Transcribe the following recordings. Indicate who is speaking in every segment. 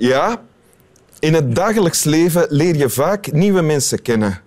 Speaker 1: Ja, in het dagelijks leven leer je vaak nieuwe mensen kennen.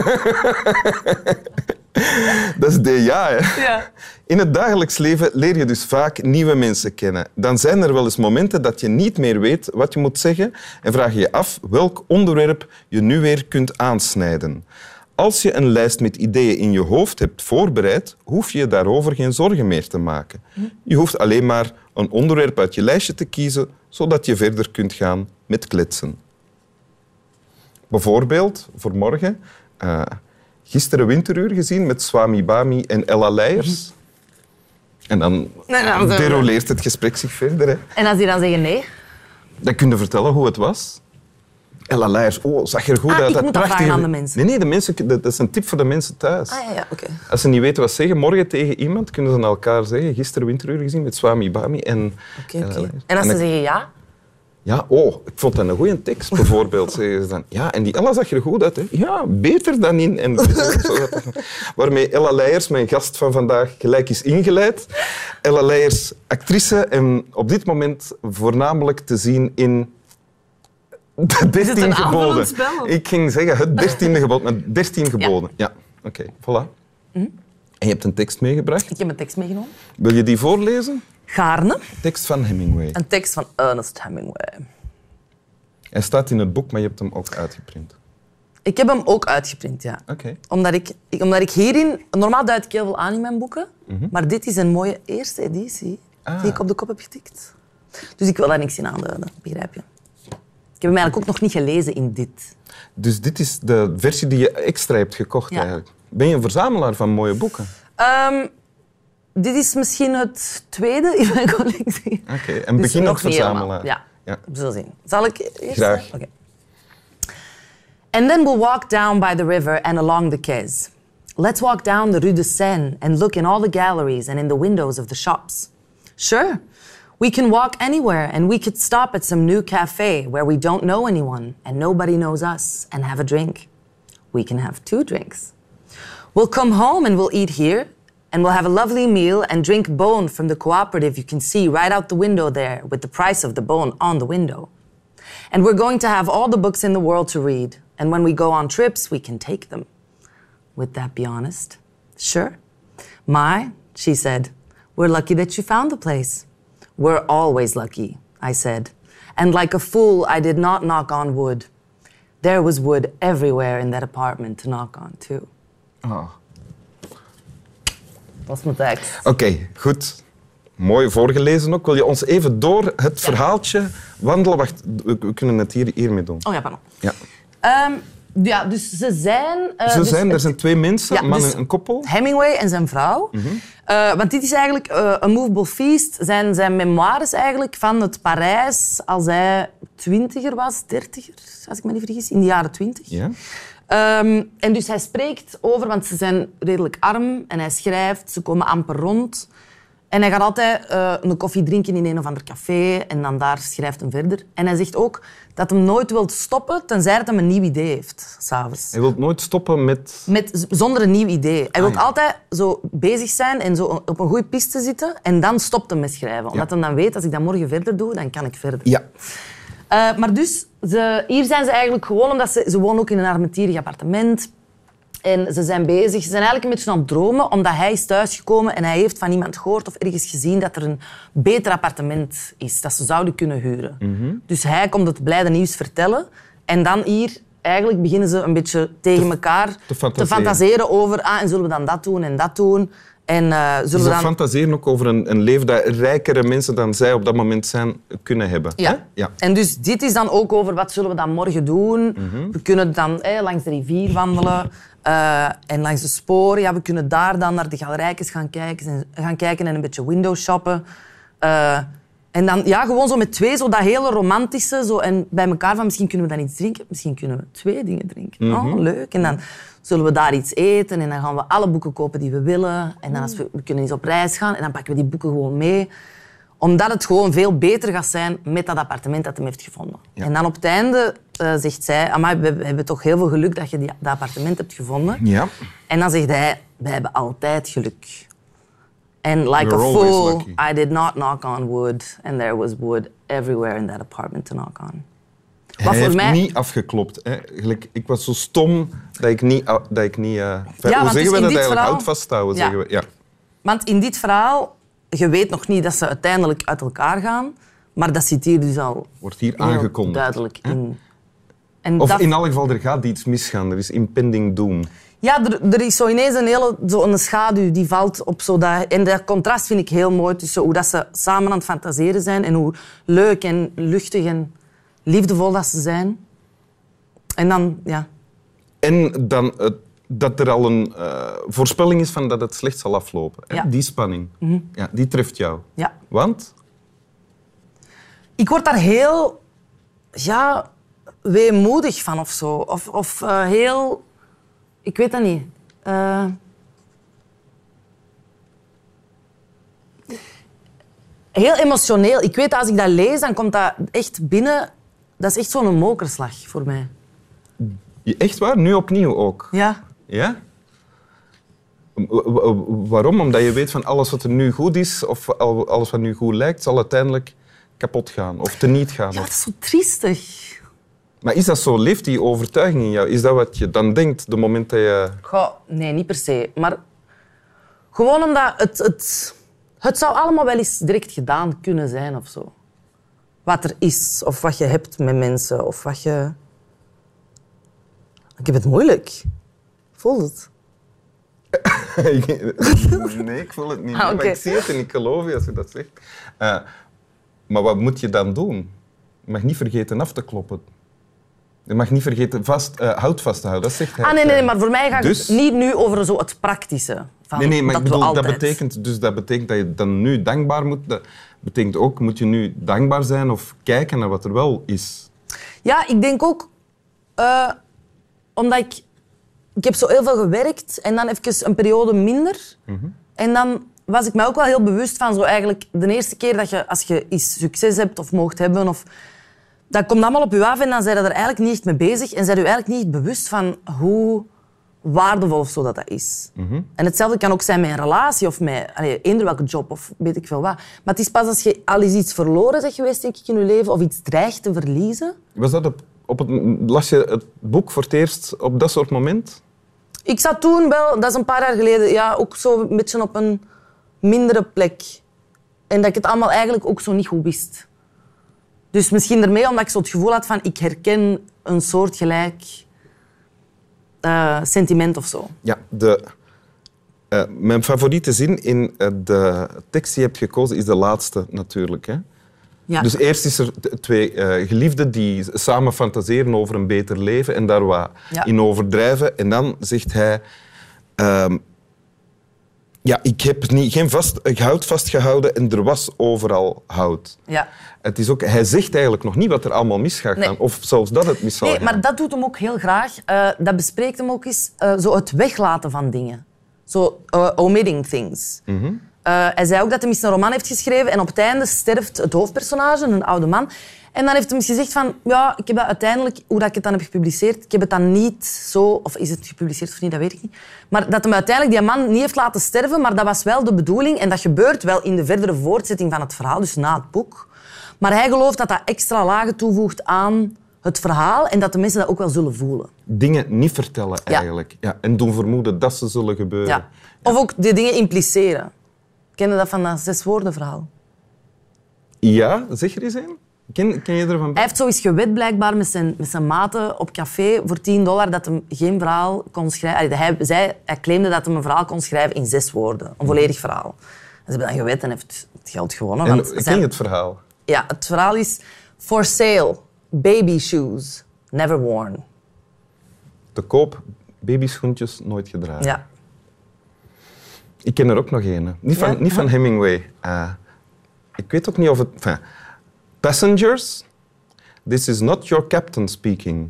Speaker 1: Dat is D-ja, hè?
Speaker 2: Ja.
Speaker 1: In het dagelijks leven leer je dus vaak nieuwe mensen kennen. Dan zijn er wel eens momenten dat je niet meer weet wat je moet zeggen en vraag je je af welk onderwerp je nu weer kunt aansnijden. Als je een lijst met ideeën in je hoofd hebt voorbereid, hoef je daarover geen zorgen meer te maken. Je hoeft alleen maar een onderwerp uit je lijstje te kiezen, zodat je verder kunt gaan met kletsen. Bijvoorbeeld, voor morgen, gisteren Winteruur gezien met Swami Bami en Ella Leijers. En dan derouleert het gesprek zich verder. Hè.
Speaker 2: En als die dan zeggen nee?
Speaker 1: Dan kun je vertellen hoe het was. Ella Leijers, zag er goed uit.
Speaker 2: Ik moet dat vragen aan de mensen.
Speaker 1: Nee, de mensen, dat is een tip voor de mensen thuis.
Speaker 2: Ja, oké.
Speaker 1: Als ze niet weten wat zeggen, morgen tegen iemand, kunnen ze aan elkaar zeggen. Gisteren Winteruur gezien met Swami Bami en Ella Leijers.
Speaker 2: En als ze zeggen ja?
Speaker 1: Ja, ik vond dat een goede tekst, bijvoorbeeld. Zeggen ze dan. Ja, en die Ella zag er goed uit. Hè? Ja, beter dan in. En waarmee Ella Leijers, mijn gast van vandaag, gelijk is ingeleid. Ella Leijers, actrice en op dit moment voornamelijk te zien in de 13 geboden. Ik ging zeggen het 13e gebod, maar 13 geboden. Ja, oké, voilà. En je hebt een tekst meegebracht.
Speaker 2: Ik heb een tekst meegenomen.
Speaker 1: Wil je die voorlezen?
Speaker 2: Gaarne.
Speaker 1: Tekst van Hemingway.
Speaker 2: Een tekst van Ernest Hemingway.
Speaker 1: Hij staat in het boek, maar je hebt hem ook uitgeprint.
Speaker 2: Ik heb hem ook uitgeprint, ja.
Speaker 1: Oké.
Speaker 2: Omdat ik hierin... Normaal duid ik heel veel aan in mijn boeken, maar dit is een mooie eerste editie die ik op de kop heb getikt. Dus ik wil daar niks in aanduiden, begrijp je? Ik heb hem eigenlijk ook nog niet gelezen in dit.
Speaker 1: Dus dit is de versie die je extra hebt gekocht eigenlijk. Ben je een verzamelaar van mooie boeken?
Speaker 2: Dit is misschien het tweede in mijn collectie.
Speaker 1: Oké, een beginnend verzamelaar.
Speaker 2: Ja, we zullen zien. Zal ik eerst?
Speaker 1: Graag.
Speaker 2: Okay. And then we'll walk down by the river and along the quays. Let's walk down the Rue de Seine and look in all the galleries and in the windows of the shops. Sure, we can walk anywhere and we could stop at some new cafe where we don't know anyone and nobody knows us and have a drink. We can have 2 drinks. We'll come home and we'll eat here and we'll have a lovely meal and drink bone from the cooperative you can see right out the window there with the price of the bone on the window. And we're going to have all the books in the world to read. And when we go on trips, we can take them. Would that be honest? Sure. My, she said, we're lucky that you found the place. We're always lucky, I said. And like a fool, I did not knock on wood. There was wood everywhere in that apartment to knock on, too.
Speaker 1: Oh.
Speaker 2: Dat is mijn tekst.
Speaker 1: Oké, goed. Mooi voorgelezen ook. Wil je ons even door het verhaaltje wandelen? Wacht, we kunnen het hiermee doen.
Speaker 2: Oh ja, pardon.
Speaker 1: Ja.
Speaker 2: Dus ze zijn...
Speaker 1: Er zijn 2 mensen, een man
Speaker 2: dus
Speaker 1: en een koppel.
Speaker 2: Hemingway en zijn vrouw. Want dit is eigenlijk A Movable Feast. Zijn memoires eigenlijk van het Parijs als hij 20er was, 30er, als ik me niet vergis, in de jaren 20.
Speaker 1: Ja.
Speaker 2: En dus hij spreekt over, want ze zijn redelijk arm en hij schrijft, ze komen amper rond. En hij gaat altijd een koffie drinken in een of ander café en dan daar schrijft hij verder. En hij zegt ook dat hij nooit wil stoppen tenzij dat hij een nieuw idee heeft, 's avonds.
Speaker 1: Hij wil nooit stoppen met...
Speaker 2: Zonder een nieuw idee. Hij wil altijd zo bezig zijn en zo op een goede piste zitten en dan stopt hij met schrijven. Omdat hij dan weet, als ik dat morgen verder doe, dan kan ik verder.
Speaker 1: Ja.
Speaker 2: Maar dus, hier zijn ze eigenlijk gewoon omdat ze wonen ook in een armetierig appartement. En ze zijn bezig. Ze zijn eigenlijk een beetje aan het dromen, omdat hij is thuisgekomen en hij heeft van iemand gehoord of ergens gezien dat er een beter appartement is, dat ze zouden kunnen huren. Dus hij komt het blijde nieuws vertellen. En dan hier eigenlijk beginnen ze een beetje tegen elkaar te fantaseren over en zullen we dan dat doen en dat doen. En zullen we dan
Speaker 1: fantaseren ook over een leven dat rijkere mensen dan zij op dat moment zijn kunnen hebben.
Speaker 2: Ja.
Speaker 1: Ja.
Speaker 2: En dus dit is dan ook over wat zullen we dan morgen doen. We kunnen dan langs de rivier wandelen en langs de sporen. Ja, we kunnen daar dan naar de galerijtjes gaan kijken en een beetje window shoppen. En dan gewoon zo met 2 zo dat hele romantische zo, en bij elkaar van misschien kunnen we dan iets drinken, misschien kunnen we 2 dingen drinken. Oh, leuk. En dan zullen we daar iets eten en dan gaan we alle boeken kopen die we willen. En dan als we kunnen eens op reis gaan en dan pakken we die boeken gewoon mee. Omdat het gewoon veel beter gaat zijn met dat appartement dat hij heeft gevonden. Ja. En dan op het einde zegt zij, amai, we hebben toch heel veel geluk dat je dat appartement hebt gevonden.
Speaker 1: Ja.
Speaker 2: En dan zegt hij, wij hebben altijd geluk. And like a fool, I did not knock on wood, and there was wood everywhere in that apartment to knock on.
Speaker 1: Hij heeft niet afgeklopt. Hè. Ik was zo stom dat ik niet... Hoe zeggen we dat eigenlijk? Hout vasthouden, zeggen we. Ja.
Speaker 2: Want in dit verhaal, je weet nog niet dat ze uiteindelijk uit elkaar gaan, maar dat zit hier dus al...
Speaker 1: Wordt hier aangekondigd.
Speaker 2: Duidelijk in. En
Speaker 1: of in elk geval, er gaat iets misgaan. Er is impending doom.
Speaker 2: Ja, er is zo ineens een schaduw die valt op zo dat... En dat contrast vind ik heel mooi tussen hoe dat ze samen aan het fantaseren zijn en hoe leuk en luchtig en liefdevol dat ze zijn. En dan, ja...
Speaker 1: En dan dat er al een voorspelling is van dat het slecht zal aflopen. Hè?
Speaker 2: Ja.
Speaker 1: Die spanning, ja, die treft jou.
Speaker 2: Ja.
Speaker 1: Want?
Speaker 2: Ik word daar heel... Ja, weemoedig van of zo. Of heel... Ik weet dat niet. Heel emotioneel. Ik weet dat als ik dat lees, dan komt dat echt binnen. Dat is echt zo'n mokerslag voor mij.
Speaker 1: Echt waar? Nu opnieuw ook?
Speaker 2: Ja.
Speaker 1: Ja? Waarom? Omdat je weet van alles wat er nu goed is of alles wat nu goed lijkt, zal uiteindelijk kapot gaan of teniet gaan.
Speaker 2: Ja, dat is zo triestig.
Speaker 1: Maar is dat zo? Leeft die overtuiging in jou? Is dat wat je dan denkt de moment dat je...
Speaker 2: Goh, nee, niet per se. Maar gewoon omdat het zou allemaal wel eens direct gedaan kunnen zijn of zo. Wat er is, of wat je hebt met mensen, of wat je... Ik heb het moeilijk. Voel het?
Speaker 1: Nee, ik voel het niet.
Speaker 2: Okay.
Speaker 1: Maar ik zie het en ik geloof je als je dat zegt. Maar wat moet je dan doen? Je mag niet vergeten af te kloppen. Je mag niet vergeten hout vast te houden. Dat zegt hij.
Speaker 2: Nee, maar voor mij gaat het niet nu over zo het praktische. Van
Speaker 1: Nee, maar
Speaker 2: dat
Speaker 1: ik bedoel,
Speaker 2: dat
Speaker 1: betekent dat je dan nu dankbaar moet... Dat betekent ook, moet je nu dankbaar zijn of kijken naar wat er wel is?
Speaker 2: Ja, ik denk ook... omdat ik heb zo heel veel gewerkt en dan even een periode minder. En dan was ik mij ook wel heel bewust van zo eigenlijk de eerste keer dat je, als je iets succes hebt of moogt hebben, of, dat komt allemaal op je af en dan zijn je er eigenlijk niet echt mee bezig en zijn je eigenlijk niet bewust van hoe waardevol of zo dat is. En hetzelfde kan ook zijn met een relatie of met eender welke job of weet ik veel wat. Maar het is pas als je al eens iets verloren bent geweest denk ik, in je leven of iets dreigt te verliezen.
Speaker 1: Was dat las je het boek voor het eerst op dat soort moment?
Speaker 2: Ik zat toen wel, dat is een paar jaar geleden, ja, ook zo een beetje op een mindere plek. En dat ik het allemaal eigenlijk ook zo niet goed wist. Dus misschien ermee omdat ik zo het gevoel had van ik herken een soortgelijk sentiment of zo.
Speaker 1: Ja, mijn favoriete zin in de tekst die je hebt gekozen is de laatste natuurlijk. Hè?
Speaker 2: Ja.
Speaker 1: Dus eerst is er twee geliefden die samen fantaseren over een beter leven en daar wat in overdrijven. En dan zegt hij... ik heb geen hout vastgehouden en er was overal hout.
Speaker 2: Ja.
Speaker 1: Het is ook, hij zegt eigenlijk nog niet wat er allemaal mis gaat gaan. Of zelfs dat het mis zal gaan.
Speaker 2: Maar dat doet hem ook heel graag. Dat bespreekt hem ook eens. Zo het weglaten van dingen. Zo omitting things. Hij zei ook dat hij eens een roman heeft geschreven en op het einde sterft het hoofdpersonage, een oude man. En dan heeft hij gezegd van, ja, ik heb dat uiteindelijk, hoe dat ik het dan heb gepubliceerd, ik heb het dan niet zo, of is het gepubliceerd of niet, dat weet ik niet. Maar dat hij uiteindelijk die man niet heeft laten sterven, maar dat was wel de bedoeling en dat gebeurt wel in de verdere voortzetting van het verhaal, dus na het boek. Maar hij gelooft dat dat extra lagen toevoegt aan het verhaal en dat de mensen dat ook wel zullen voelen.
Speaker 1: Dingen niet vertellen eigenlijk. Ja, en doen vermoeden dat ze zullen gebeuren.
Speaker 2: Ja. Of ook die dingen impliceren. Ken je dat van dat 6 woorden verhaal?
Speaker 1: Ja, zeg er eens een. Ken je ervan?
Speaker 2: Hij heeft zoiets gewet blijkbaar met zijn maten op café voor $10 dat hij geen verhaal kon schrijven. Hij claimde dat hij een verhaal kon schrijven in 6 woorden. Een volledig verhaal. Ze hebben dan gewet en heeft het geld gewonnen.
Speaker 1: En ken je het verhaal?
Speaker 2: Ja, het verhaal is For sale, baby shoes, never worn.
Speaker 1: Te koop, babyschoentjes, nooit gedragen.
Speaker 2: Ja.
Speaker 1: Ik ken er ook nog een. Niet van Hemingway. Ik weet ook niet of het... Passengers, this is not your captain speaking.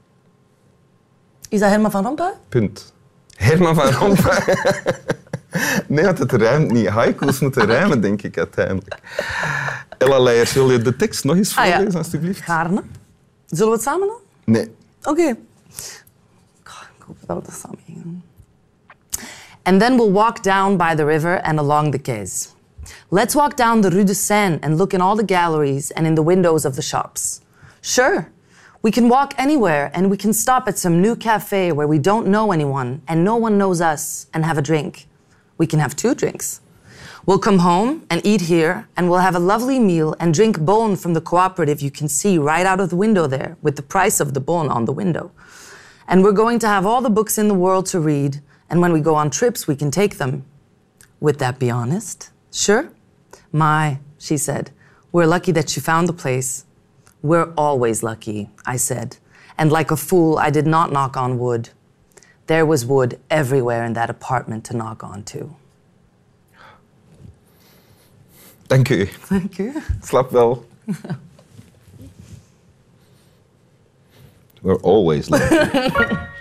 Speaker 2: Is dat Herman van Rompuy?
Speaker 1: Punt. Herman van Rompuy. Nee, want het rijmt niet. Haiku's moeten rijmen, denk ik, uiteindelijk. Ella Leijers, wil je de tekst nog eens voorlezen, alstublieft?
Speaker 2: Gaarne. Zullen we het samen doen?
Speaker 1: Nee.
Speaker 2: Oké. Ik hoop dat we dat samen gaan doen. And then we'll walk down by the river and along the quays. Let's walk down the Rue de Seine and look in all the galleries and in the windows of the shops. Sure, We can walk anywhere and we can stop at some new cafe where we don't know anyone and no one knows us and have a drink. We can have 2 drinks. We'll come home and eat here and we'll have a lovely meal and drink bone from the cooperative you can see right out of the window there with the price of the bone on the window. And we're going to have all the books in the world to read, and when we go on trips, we can take them. Would that be honest? Sure? My, she said, we're lucky that you found the place. We're always lucky, I said. And like a fool, I did not knock on wood. There was wood everywhere in that apartment to knock on too.
Speaker 1: Dank u.
Speaker 2: Dank u.
Speaker 1: Slap wel. We're always lucky.